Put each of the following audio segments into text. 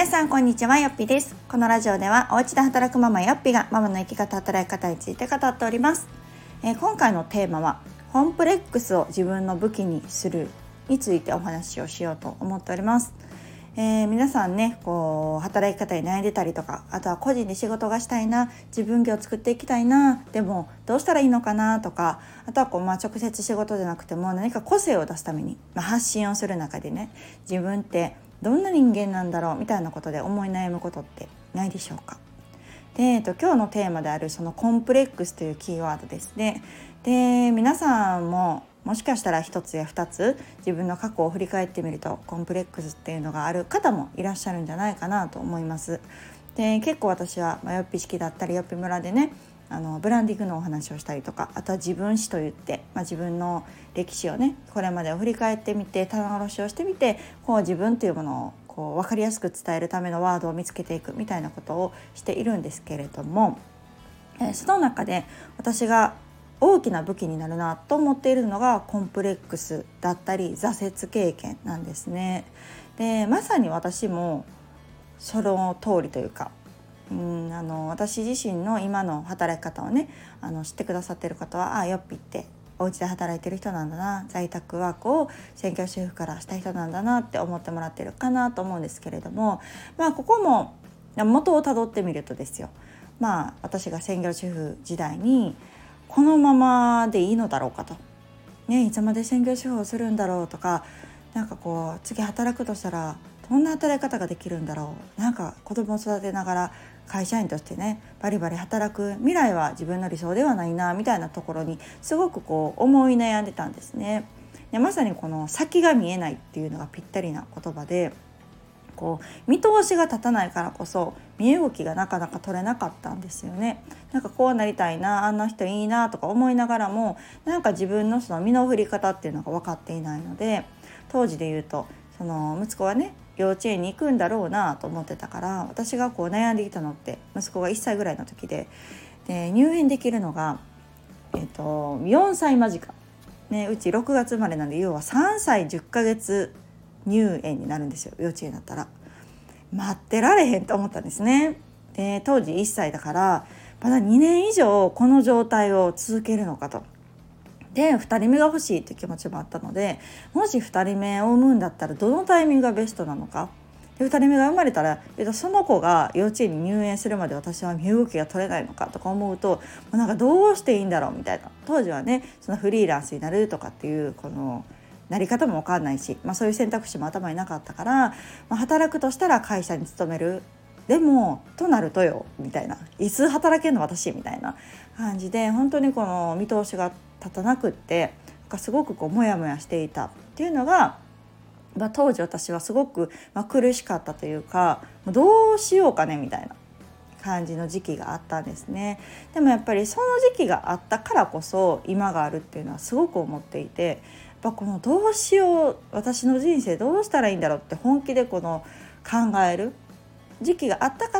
皆さんこんにちは、よっぴです。このラジオではお家で働くママよっぴがママの生き方、働き方について語っております。今回のテーマはコンプレックスを自分の武器にするについてお話をしようと思っております。皆さんね、働き方に悩んでたりとか、あとは個人で仕事がしたいな、自分業を作っていきたいな、でもどうしたらいいのかなとか、あとは直接仕事じゃなくても何か個性を出すために、発信をする中でね、自分ってどんな人間なんだろうみたいなことで思い悩むことってないでしょうか。で、今日のテーマであるそのコンプレックスというキーワードですね。で、皆さんももしかしたら一つや二つ自分の過去を振り返ってみるとコンプレックスっていうのがある方もいらっしゃるんじゃないかなと思います。で、結構私はよっぴ式だったりよっぴ村でね、ブランディングのお話をしたりとか、あとは自分史といって、自分の歴史をね、これまでを振り返ってみて棚卸しをしてみて、自分というものを分かりやすく伝えるためのワードを見つけていくみたいなことをしているんですけれども、その中で私が大きな武器になるなと思っているのがコンプレックスだったり挫折経験なんですね。で、まさに私もその通りというか、私自身の今の働き方をね、知ってくださっている方は、よっぴってお家で働いてる人なんだな、在宅ワークを専業主婦からした人なんだなって思ってもらってるかなと思うんですけれども、ここも元をたどってみるとですよ、私が専業主婦時代にこのままでいいのだろうかと、いつまで専業主婦をするんだろうとか、次働くとしたらどんな働き方ができるんだろう、子供を育てながら会社員としてねバリバリ働く未来は自分の理想ではないなみたいなところにすごく思い悩んでたんですね。で、まさにこの先が見えないっていうのがぴったりな言葉で、見通しが立たないからこそ身動きがなかなか取れなかったんですよね。こうなりたいな、あんな人いいなとか思いながらも、自分のその身の振り方っていうのが分かっていないので、当時で言うとその息子はね幼稚園に行くんだろうなと思ってたから、私が悩んでいたのって息子が1歳ぐらいの時で、入園できるのが、4歳間近、うち6月生まれなんで、要は3歳10ヶ月入園になるんですよ。幼稚園だったら待ってられへんと思ったんですね。で、当時1歳だからまだ2年以上この状態を続けるのかと。で、2人目が欲しいっていう気持ちもあったので、もし2人目を産むんだったらどのタイミングがベストなのか。で、2人目が生まれたらその子が幼稚園に入園するまで私は身動きが取れないのかとか思うと、どうしていいんだろうみたいな。当時はね、そのフリーランスになるとかっていうこのなり方も分かんないし、そういう選択肢も頭になかったから、働くとしたら会社に勤める、でもとなるとよみたいな、いつ働けんの私みたいな感じで、本当にこの見通しが立たなくって、すごくモヤモヤしていたっていうのが、当時私はすごく苦しかったというか、どうしようかねみたいな感じの時期があったんですね。でもやっぱりその時期があったからこそ今があるっていうのはすごく思っていて、このどうしよう、私の人生どうしたらいいんだろうって本気で考える時期があったから、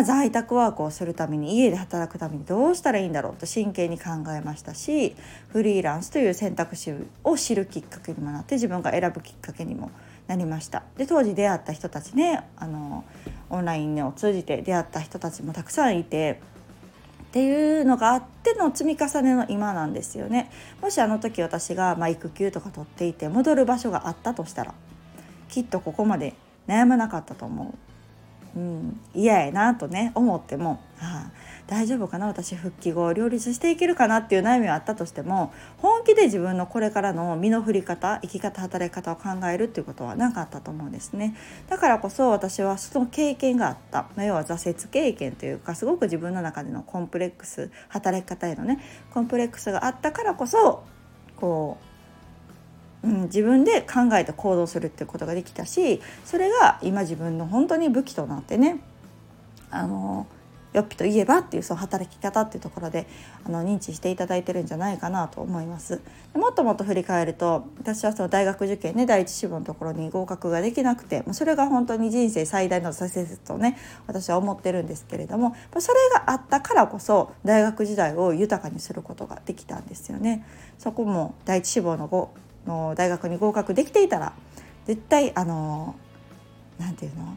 在宅ワークをするために、家で働くためにどうしたらいいんだろうと真剣に考えましたし、フリーランスという選択肢を知るきっかけにもなって、自分が選ぶきっかけにもなりました。で、当時出会った人たちね、オンラインを通じて出会った人たちもたくさんいてっていうのがあっての積み重ねの今なんですよね。もしあの時私が育休とか取っていて戻る場所があったとしたら、きっとここまで悩まなかったと思う。嫌やなとね思っても、大丈夫かな、私復帰後両立していけるかなっていう悩みはあったとしても、本気で自分のこれからの身の振り方、生き方、働き方を考えるっていうことはなかったと思うんですね。だからこそ私はその経験があった、要は挫折経験というか、すごく自分の中でのコンプレックス、働き方へのねコンプレックスがあったからこそ自分で考えて行動するっていうことができたし、それが今自分の本当に武器となってね、よっぴといえばっていうその働き方っていうところで認知していただいてるんじゃないかなと思います。もっともっと振り返ると、私はその大学受験ね、第一志望のところに合格ができなくて、それが本当に人生最大の挫折とね私は思ってるんですけれども、それがあったからこそ大学時代を豊かにすることができたんですよね。そこも第一志望の大学に合格できていたら絶対なんていうの、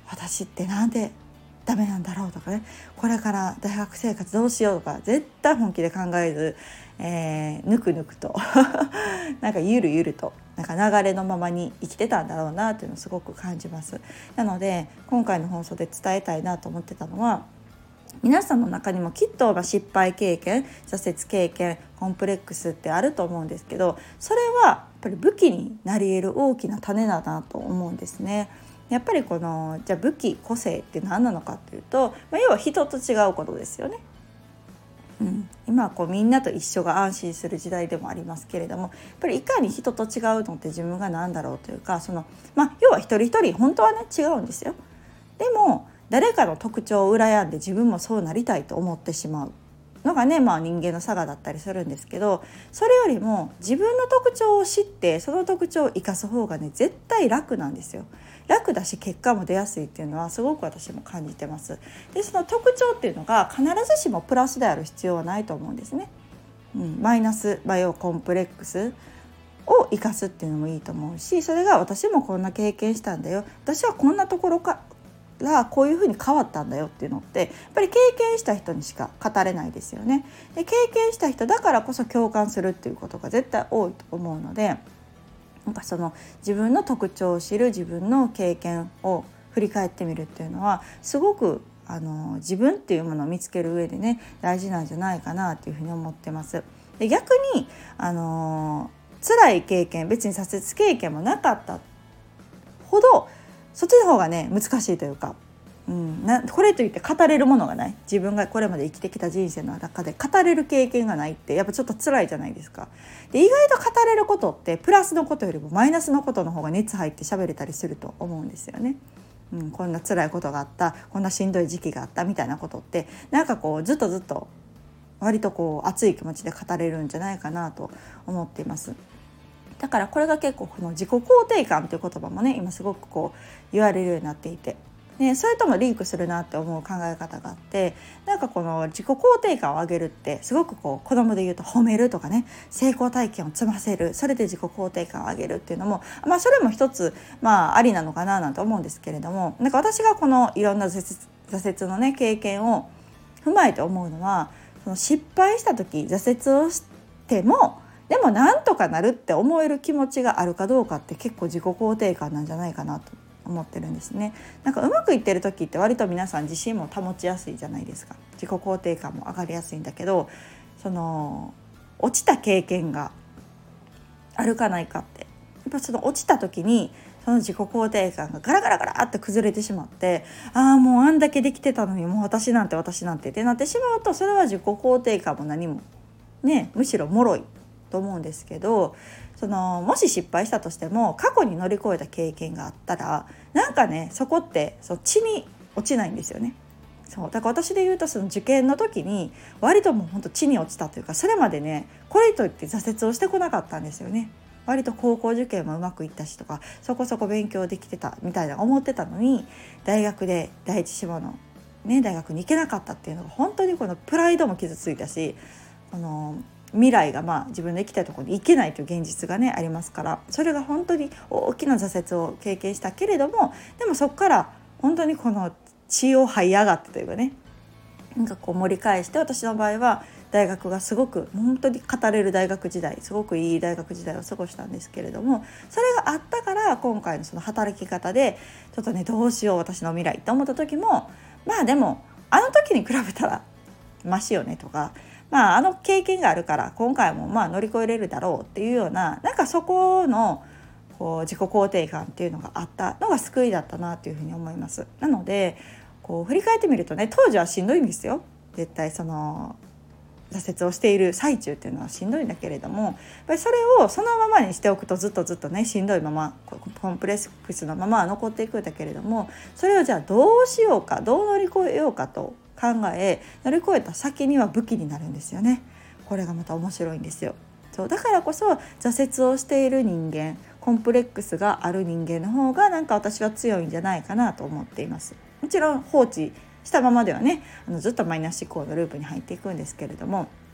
私ってなんでダメなんだろうとかね、これから大学生活どうしようとか絶対本気で考えず、ぬくぬくとなんかゆるゆるとなんか流れのままに生きてたんだろうなっていうのをすごく感じます。なので今回の放送で伝えたいなと思ってたのは、皆さんの中にもきっと失敗経験、挫折経験、コンプレックスってあると思うんですけど、それはやっぱり武器になり得る大きな種だなと思うんですね。やっぱりじゃあ武器、個性って何なのかっていうと、要は人と違うことですよね。今はみんなと一緒が安心する時代でもありますけれども、やっぱりいかに人と違うのって自分が何だろうというか、要は一人一人本当はね違うんですよ。でも誰かの特徴を羨んで自分もそうなりたいと思ってしまうのがね、人間の差がだったりするんですけど、それよりも自分の特徴を知ってその特徴を生かす方がね絶対楽なんですよ。楽だし結果も出やすいっていうのはすごく私も感じてます。でその特徴っていうのが必ずしもプラスである必要はないと思うんですね。マイナス、要はコンプレックスを生かすっていうのもいいと思うし、それが私もこんな経験したんだよ、私はこんなところからこういうふうに変わったんだよっていうのってやっぱり経験した人にしか語れないですよね。で経験した人だからこそ共感するっていうことが絶対多いと思うので、なんか自分の特徴を知る、自分の経験を振り返ってみるっていうのはすごく自分っていうものを見つける上でね大事なんじゃないかなというふうに思ってます。で逆に辛い経験、別に挫折経験もなかったほどそっちの方がね難しいというか、これといって語れるものがない、自分がこれまで生きてきた人生の中で語れる経験がないってやっぱちょっと辛いじゃないですか。で意外と語れることってプラスのことよりもマイナスのことの方が熱入って喋れたりすると思うんですよね。こんな辛いことがあった、こんなしんどい時期があったみたいなことってなんかずっと割と熱い気持ちで語れるんじゃないかなと思っています。だからこれが結構この自己肯定感という言葉もね今すごく言われるようになっていて、それともリンクするなって思う考え方があって、なんかこの自己肯定感を上げるってすごく子供で言うと褒めるとかね、成功体験を積ませる、それで自己肯定感を上げるっていうのもそれも一つありなのかななんて思うんですけれども、なんか私がこのいろんな挫折のね経験を踏まえて思うのは、その失敗した時挫折をしてもでもなんとかなるって思える気持ちがあるかどうかって結構自己肯定感なんじゃないかなと思ってるんですね。なんかうまくいってる時って割と皆さん自信も保ちやすいじゃないですか。自己肯定感も上がりやすいんだけど、落ちた経験があるかないかって、やっぱ落ちた時にその自己肯定感がガラガラガラって崩れてしまって、もうあんだけできてたのにもう私なんてってなってしまうと、それは自己肯定感も何もねむしろ脆いと思うんですけど、もし失敗したとしても過去に乗り越えた経験があったらなんかねそこって地に落ちないんですよね。だから私で言うと受験の時に割ともうほんと地に落ちたというか、それまでねこれといって挫折をしてこなかったんですよね。割と高校受験もうまくいったしとかそこそこ勉強できてたみたいな思ってたのに、大学で第一志望の、大学に行けなかったっていうのが本当にこのプライドも傷ついたし、未来が自分の行きたいところに行けないという現実がねありますから、それが本当に大きな挫折を経験したけれども、でもそこから本当にこの血を這い上がってというかね、なんか盛り返して、私の場合は大学がすごく本当に語れる大学時代、すごくいい大学時代を過ごしたんですけれども、それがあったから今回のその働き方でちょっとねどうしよう私の未来って思った時も、でもあの時に比べたらマシよねとか、あの経験があるから今回も乗り越えれるだろうっていうような、なんかそこの自己肯定感っていうのがあったのが救いだったなというふうに思います。なので振り返ってみるとね、当時はしんどいんですよ。絶対挫折をしている最中っていうのはしんどいんだけれども、やっぱりそれをそのままにしておくとずっとねしんどいままコンプレックスのまま残っていくんだけれども、それをじゃあどうしようか、どう乗り越えようかと考え、乗り越えた先には武器になるんですよね。これがまた面白いんですよ。だからこそ挫折をしている人間、コンプレックスがある人間の方がなんか私は強いんじゃないかなと思っています。もちろん放置したままではねずっとマイナス思考のループに入っていくんですけれども、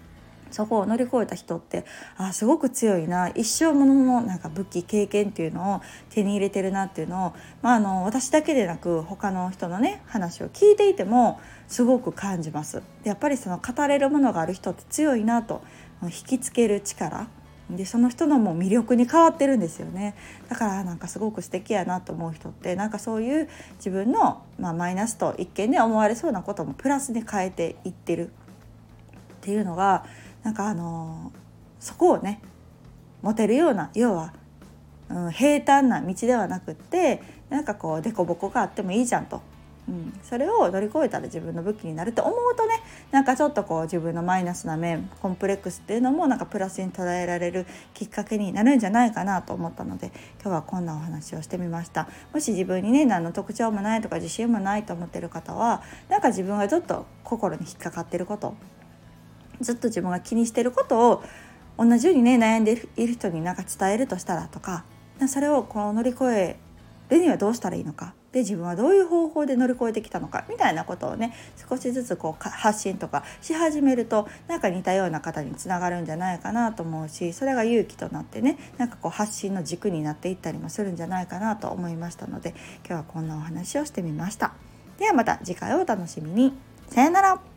そこを乗り越えた人ってすごく強いな、一生もののなんか武器経験っていうのを手に入れてるなっていうのを、私だけでなく他の人のね話を聞いていてもすごく感じます。でやっぱりその語れるものがある人って強いなと、引きつける力でその人のもう魅力に変わってるんですよね。だからなんかすごく素敵やなと思う人って、なんかそういう自分の、マイナスと一見で思われそうなこともプラスに変えていってるっていうのがなんかそこをね持てるような、要は、平坦な道ではなくって、なんかこう凸凹があってもいいじゃんと、それを乗り越えたら自分の武器になると思うとね、なんかちょっとこう自分のマイナスな面、コンプレックスっていうのもなんかプラスに捉えられるきっかけになるんじゃないかなと思ったので、今日はこんなお話をしてみました。もし自分にね何の特徴もないとか自信もないと思ってる方は、なんか自分がちょっと心に引っかかってること、ずっと自分が気にしてることを同じようにね悩んでいる人になんか伝えるとしたらとか、それをこう乗り越えるにはどうしたらいいのか、で自分はどういう方法で乗り越えてきたのかみたいなことをね少しずつこう発信とかし始めると、なんか似たような方につながるんじゃないかなと思うし、それが勇気となってね、なんかこう発信の軸になっていったりもするんじゃないかなと思いましたので、今日はこんなお話をしてみました。ではまた次回をお楽しみに。さよなら。